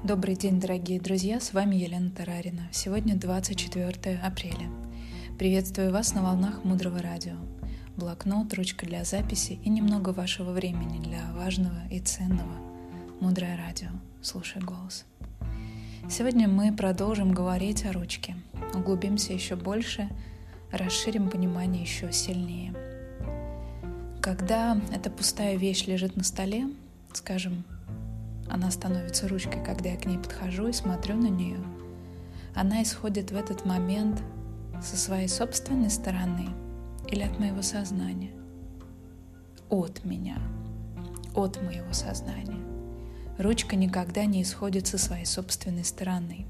Добрый день, дорогие друзья, с вами Елена Тарарина. Сегодня 24 апреля. Приветствую вас на волнах Мудрого радио. Блокнот, ручка для записи и немного вашего времени для важного и ценного. Мудрое радио. Слушай голос. Сегодня мы продолжим говорить о ручке. Углубимся еще больше, расширим понимание еще сильнее. Когда эта пустая вещь лежит на столе, скажем, она становится ручкой, когда я к ней подхожу и смотрю на нее. Она исходит в этот момент со своей собственной стороны или от моего сознания? От меня, от моего сознания. Ручка никогда не исходит со своей собственной стороны.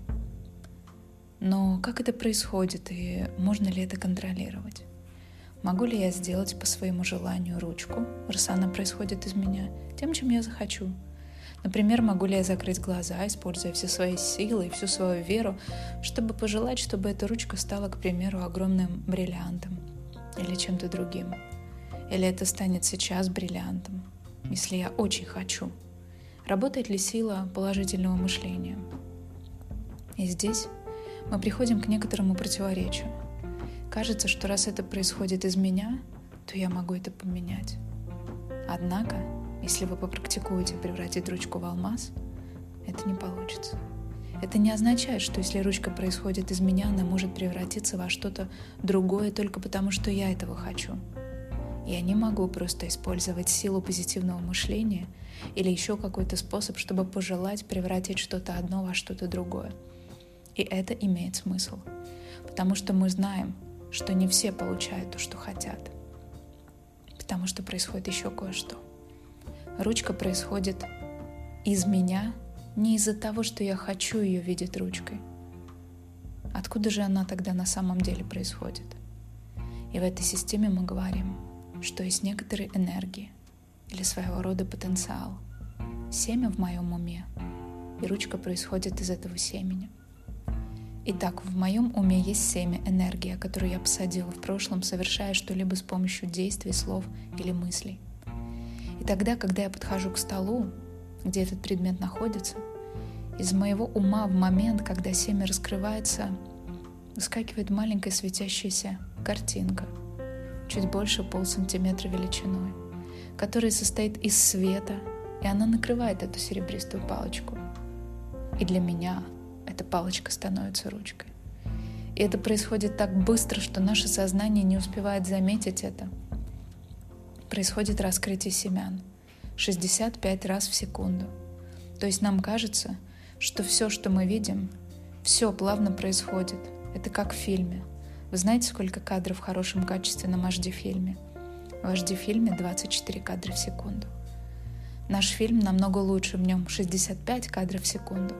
Но как это происходит и можно ли это контролировать? Могу ли я сделать по своему желанию ручку, раз она происходит из меня, тем, чем я захочу? Например, могу ли я закрыть глаза, используя все свои силы и всю свою веру, чтобы пожелать, чтобы эта ручка стала, к примеру, огромным бриллиантом или чем-то другим? Или это станет сейчас бриллиантом, если я очень хочу? Работает ли сила положительного мышления? И здесь мы приходим к некоторому противоречию. Кажется, что раз это происходит из меня, то я могу это поменять. Однако, если вы попрактикуете превратить ручку в алмаз, это не получится. Это не означает, что если ручка происходит из меня, она может превратиться во что-то другое только потому, что я этого хочу. Я не могу просто использовать силу позитивного мышления или еще какой-то способ, чтобы пожелать превратить что-то одно во что-то другое. И это имеет смысл, потому что мы знаем, что не все получают то, что хотят, потому что происходит еще кое-что. Ручка происходит из меня не из-за того, что я хочу ее видеть ручкой. Откуда же она тогда на самом деле происходит? И в этой системе мы говорим, что есть некоторые энергии или своего рода потенциал, семя в моем уме, и ручка происходит из этого семени. Итак, в моем уме есть семя, энергия, которую я посадила в прошлом, совершая что-либо с помощью действий, слов или мыслей. И тогда, когда я подхожу к столу, где этот предмет находится, из моего ума в момент, когда семя раскрывается, выскакивает маленькая светящаяся картинка, чуть больше полсантиметра величиной, которая состоит из света, и она накрывает эту серебристую палочку. И для меня эта палочка становится ручкой. И это происходит так быстро, что наше сознание не успевает заметить это. Происходит раскрытие семян 65 раз в секунду. То есть нам кажется, что все, что мы видим, все плавно происходит. Это как в фильме. Вы знаете, сколько кадров в хорошем качественном HD-фильме? В HD-фильме 24 кадра в секунду. Наш фильм намного лучше, в нем 65 кадров в секунду.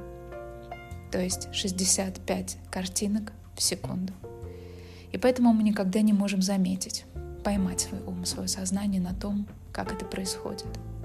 То есть 65 картинок в секунду. И поэтому мы никогда не можем заметить, поймать свой ум, свое сознание на том, как это происходит.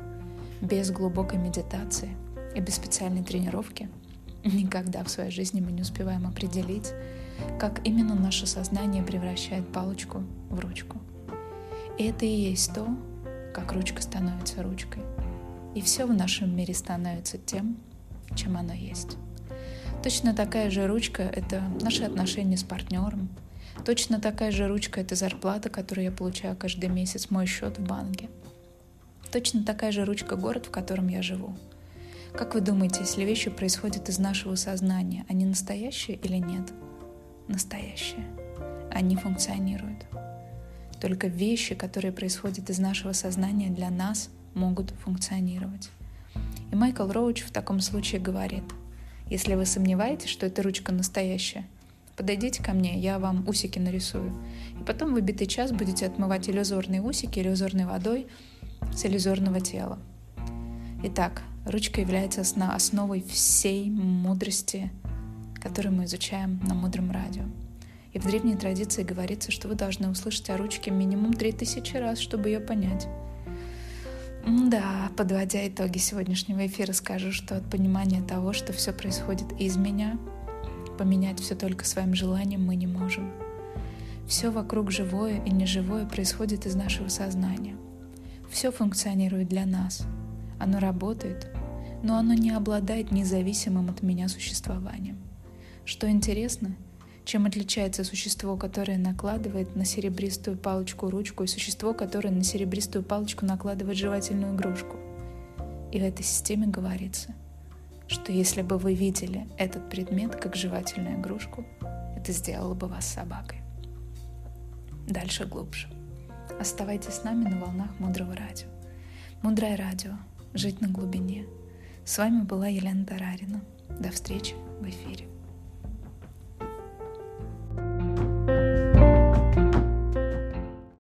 Без глубокой медитации и без специальной тренировки никогда в своей жизни мы не успеваем определить, как именно наше сознание превращает палочку в ручку. И это и есть то, как ручка становится ручкой. И все в нашем мире становится тем, чем оно есть. Точно такая же ручка — это наши отношения с партнером. Точно такая же ручка — это зарплата, которую я получаю каждый месяц, мой счет в банке. Точно такая же ручка — город, в котором я живу. Как вы думаете, если вещи происходят из нашего сознания, они настоящие или нет? Настоящие. Они функционируют. Только вещи, которые происходят из нашего сознания, для нас могут функционировать. И Майкл Роуч в таком случае говорит: если вы сомневаетесь, что эта ручка настоящая, подойдите ко мне, я вам усики нарисую. И потом вы битый час будете отмывать иллюзорные усики иллюзорной водой с иллюзорного тела. Итак, ручка является основой всей мудрости, которую мы изучаем на Мудром радио. И в древней традиции говорится, что вы должны услышать о ручке минимум 3000 раз, чтобы ее понять. Да, подводя итоги сегодняшнего эфира, скажу, что от понимания того, что все происходит из меня, поменять все только своим желанием мы не можем. Все вокруг живое и неживое происходит из нашего сознания. Все функционирует для нас. Оно работает, но оно не обладает независимым от меня существованием. Что интересно, чем отличается существо, которое накладывает на серебристую палочку ручку, и существо, которое на серебристую палочку накладывает жевательную игрушку. И в этой системе говорится, что если бы вы видели этот предмет как жевательную игрушку, это сделало бы вас собакой. Дальше глубже. Оставайтесь с нами на волнах Мудрого радио. Мудрое радио. Жить на глубине. С вами была Елена Тарарина. До встречи в эфире.